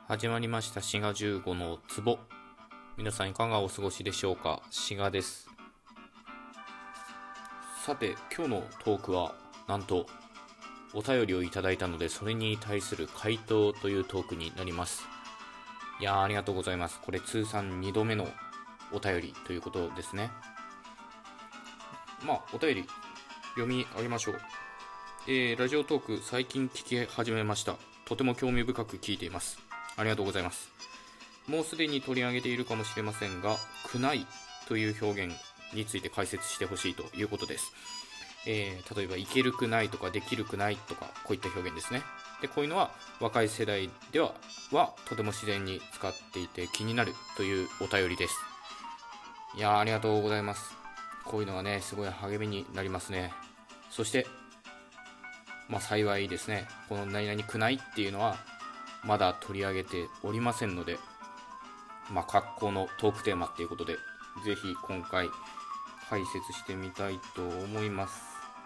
始まりました滋賀15の壺。皆さんいかがお過ごしでしょうか。滋賀です。さて今日のトークはなんとお便りをいただいたので、それに対する回答というトークになります。いやー、ありがとうございます。これ通算2度目のお便りということですね。お便り読み上げましょう。ラジオトーク最近聞き始めました。とても興味深く聞いています。ありがとうございます。もうすでに取り上げているかもしれませんが、くないという表現について解説してほしいということです。例えばいけるくないとかできるくないとか、こういった表現ですね。でこういうのは若い世代ではとても自然に使っていて気になるというお便りです。いやー、ありがとうございます。こういうのはね、すごい励みになりますね。そして幸いですね、この何々くないっていうのはまだ取り上げておりませんので、格好のトークテーマっていうことで、ぜひ今回解説してみたいと思います。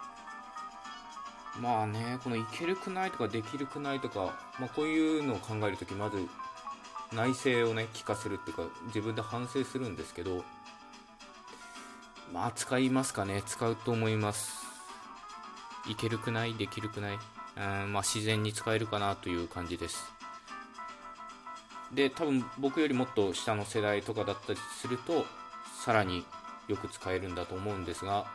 このいけるくないとかできるくないとか、こういうのを考えるとき、まず内省をね聞かせるっていうか、自分で反省するんですけど、使いますかね。使うと思います。いけるくないできるくない、自然に使えるかなという感じです。で多分僕よりもっと下の世代とかだったりすると、さらによく使えるんだと思うんですが、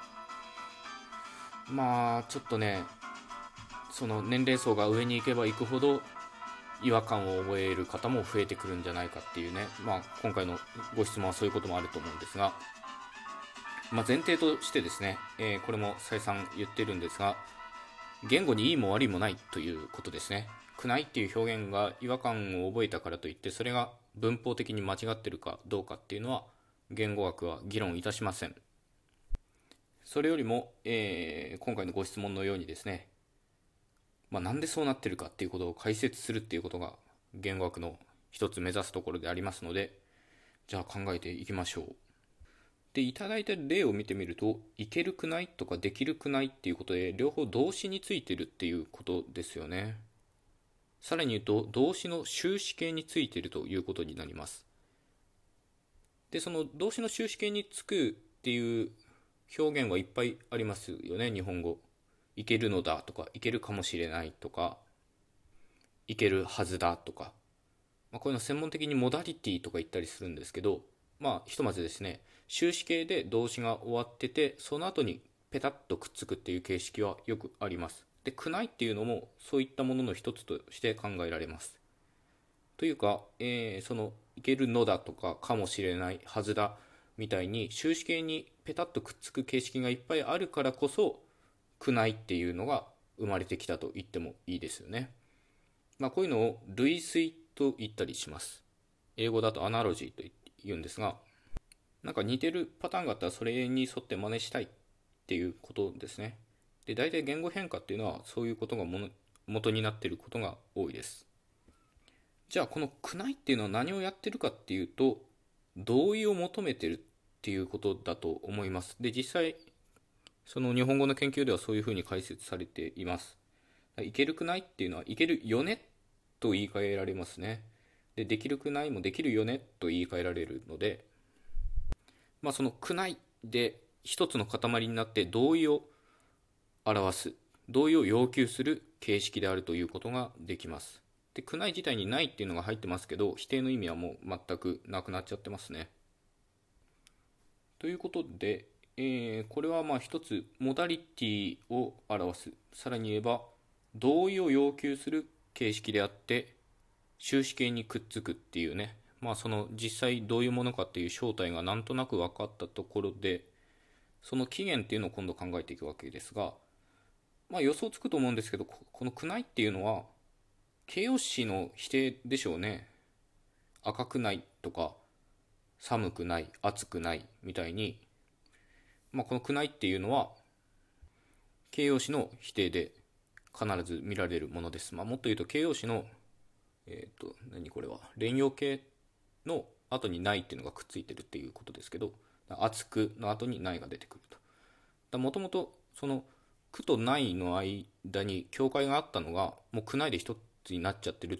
ちょっとね、その年齢層が上に行けば行くほど違和感を覚える方も増えてくるんじゃないかっていうね、今回のご質問はそういうこともあると思うんですが、前提としてですね、これも再三言ってるんですが、言語にいいも悪いもないということですね。くないっていう表現が違和感を覚えたからといって、それが文法的に間違ってるかどうかっていうのは言語学は議論いたしません。それよりも、今回のご質問のようにですね、なんでそうなってるかっていうことを解説するっていうことが言語学の一つ目指すところでありますので、じゃあ考えていきましょう。で、いただいた例を見てみると、いけるくないとかできるくないっていうことで、両方動詞についてるっていうことですよね。さらに言うと、動詞の終止形についているということになります。で、その動詞の終止形につくっていう表現はいっぱいありますよね、日本語。いけるのだとか、いけるかもしれないとか、いけるはずだとか、こういうの専門的にモダリティとか言ったりするんですけど、ひとまずですね、終止形で動詞が終わってて、その後にペタッとくっつくっていう形式はよくあります。で、くないっていうのもそういったものの一つとして考えられます。というか、そのいけるのだとかかもしれないはずだみたいに終止形にペタッとくっつく形式がいっぱいあるからこそ、くないっていうのが生まれてきたと言ってもいいですよね。こういうのを類推と言ったりします。英語だとアナロジーと言うんですが、似てるパターンがあったらそれに沿って真似したいっていうことですね。で、大体言語変化っていうのはそういうことが元になっていることが多いです。じゃあこのくないっていうのは何をやってるかっていうと、同意を求めてるっていうことだと思います。で、実際その日本語の研究ではそういうふうに解説されています。いけるくないっていうのはいけるよねと言い換えられますね。できるくないもできるよねと言い換えられるので、そのくないで一つの塊になって同意を表す、同意を要求する形式であるということができます。で、くない自体にないっていうのが入ってますけど、否定の意味はもう全くなくなっちゃってますね。ということで、これは一つモダリティを表す、さらに言えば同意を要求する形式であって、終止形にくっつくっていうね、その実際どういうものかっていう正体がなんとなく分かったところで、その起源っていうのを今度考えていくわけですが、予想つくと思うんですけど、このくないっていうのは形容詞の否定でしょうね。赤くないとか寒くない、暑くないみたいに、このくないっていうのは形容詞の否定で必ず見られるものです。もっと言うと形容詞の何これは連用形の後にないっていうのがくっついてるっていうことですけど、暑くの後にないが出てくると。もともとそのくとないの間に境界があったのがもうくないで一つになっちゃってるっ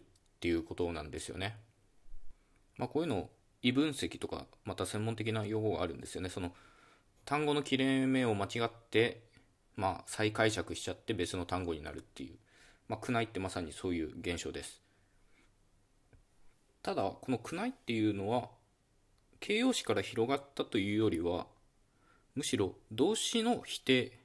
っていうことなんですよね。こういうの異分析とかまた専門的な用語があるんですよね。その単語の切れ目を間違って再解釈しちゃって別の単語になるっていう、苦内ってまさにそういう現象です。ただこの苦内っていうのは形容詞から広がったというよりは、むしろ動詞の否定、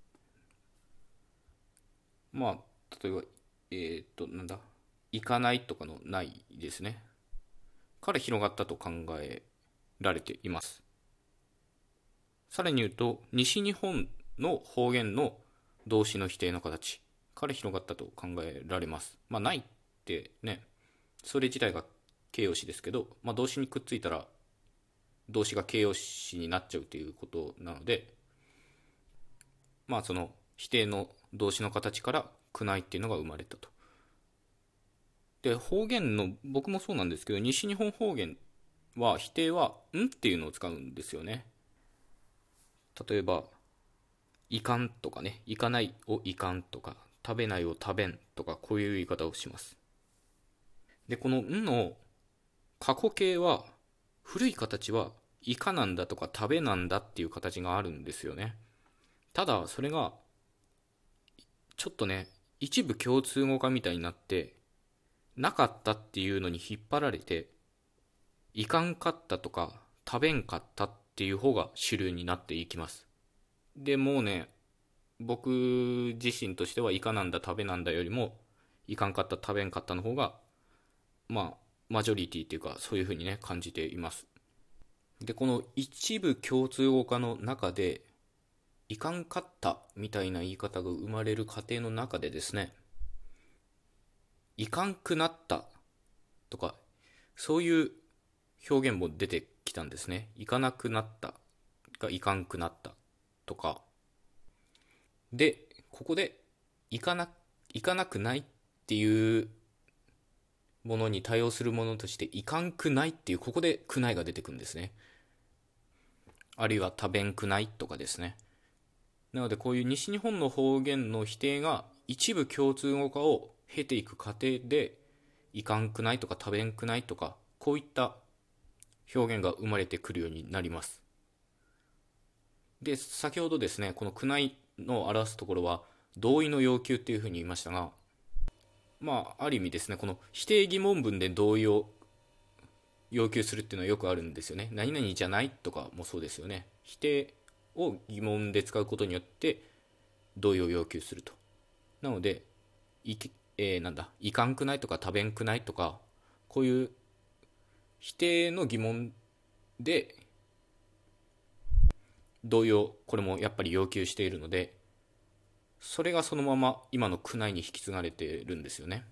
例えばなんだ行かないとかのないですねから広がったと考えられています。さらに言うと西日本の方言の動詞の否定の形から広がったと考えられます。ないってね、それ自体が形容詞ですけど、動詞にくっついたら動詞が形容詞になっちゃうということなので、その否定の動詞の形から苦内っていうのが生まれたと。で、方言の僕もそうなんですけど、西日本方言は否定はんっていうのを使うんですよね。例えばいかんとかね、いかないをいかんとか、食べないを食べんとか、こういう言い方をします。で、このんの過去形は、古い形はいかなんだとか食べなんだっていう形があるんですよね。ただそれがちょっとね、一部共通語化みたいになってなかったっていうのに引っ張られて、いかんかったとか食べんかったっていう方が主流になっていきます。でもうね、僕自身としてはいかなんだ食べなんだよりもいかんかった食べんかったの方がマジョリティっていうか、そういう風にね感じています。でこの一部共通語化の中でいかんかったみたいな言い方が生まれる過程の中でですね、いかんくなったとか、そういう表現も出てきたんですね。いかなくなったがいかんくなったとか。で、ここでいかなくないっていうものに対応するものとして、いかんくないっていう、ここでくないが出てくるんですね。あるいは食べんくないとかですね。なのでこういう西日本の方言の否定が一部共通語化を経ていく過程で、いかんくないとか食べんくないとか、こういった表現が生まれてくるようになります。で、先ほどですね、このくないの表すところは同意の要求っていうふうに言いましたが、ある意味ですね、この否定疑問文で同意を要求するっていうのはよくあるんですよね。何々じゃないとかもそうですよね。否定を疑問で使うことによって同意を要求すると。なので、いかんくないとか食べんくないとか、こういう否定の疑問で同意をこれもやっぱり要求しているので、それがそのまま今の苦内に引き継がれているんですよね。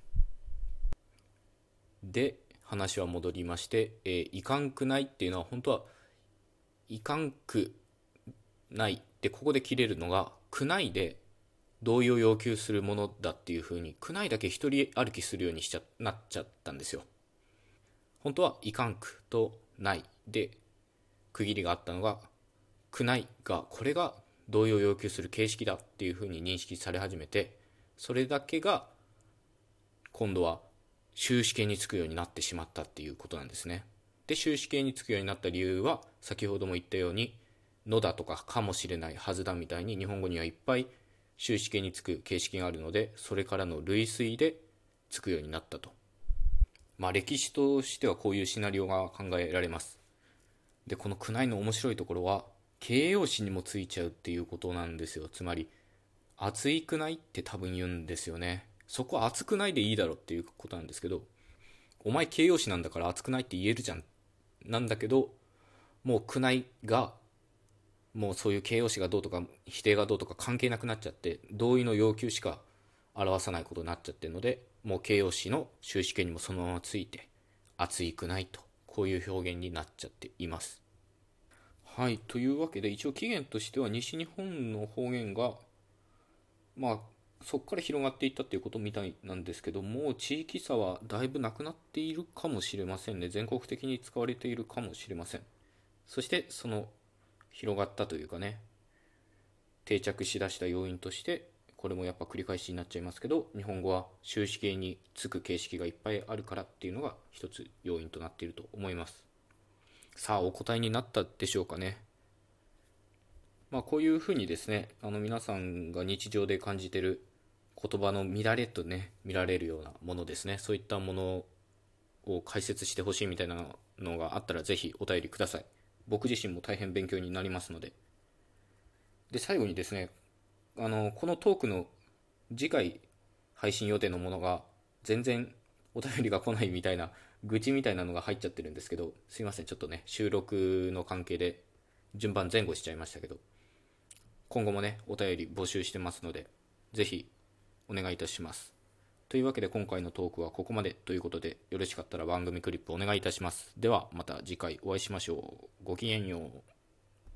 で、話は戻りまして、いかんくないっていうのは本当はいかんくないで、ここで切れるのがくないで同意を要求するものだっていう風に、くないだけ一人歩きするようになっちゃったんですよ。本当はいかんくとないで区切りがあったのが、くないがこれが同意を要求する形式だっていう風に認識され始めて、それだけが今度は終止形につくようになってしまったっていうことなんですね。で、終止形につくようになった理由は先ほども言ったように、のだとかかもしれないはずだみたいに日本語にはいっぱい終止形につく形式があるので、それからの類推でつくようになったと。歴史としてはこういうシナリオが考えられます。で、この苦内の面白いところは形容詞にもついちゃうっていうことなんですよ。つまり熱いくないって多分言うんですよね。そこは熱くないでいいだろっていうことなんですけど、お前形容詞なんだから熱くないって言えるじゃんなんだけど、もうくないがもうそういう形容詞がどうとか否定がどうとか関係なくなっちゃって、同意の要求しか表さないことになっちゃってるので、もう形容詞の終止形にもそのままついて熱いくないと、こういう表現になっちゃっています。はい、というわけで一応起源としては西日本の方言がそこから広がっていったということみたいなんですけども、地域差はだいぶなくなっているかもしれませんね。全国的に使われているかもしれません。そしてその広がったというかね、定着しだした要因として、ここれもやっぱ繰り返しになっちゃいますけど、日本語は終止形につく形式がいっぱいあるからっていうのが一つ要因となっていると思います。さあ、お答えになったでしょうかね。こういうふうにですね、皆さんが日常で感じている言葉の乱れとね、見られるようなものですね、そういったものを解説してほしいみたいなのがあったらぜひお便りください。僕自身も大変勉強になりますので。で、最後にですね、このトークの次回配信予定のものが全然お便りが来ないみたいな愚痴みたいなのが入っちゃってるんですけど、すいません、ちょっとね、収録の関係で順番前後しちゃいましたけど、今後もね、お便り募集してますので、ぜひお願いいたします。というわけで今回のトークはここまでということで、よろしかったら番組クリップお願いいたします。ではまた次回お会いしましょう。ごきげんよう。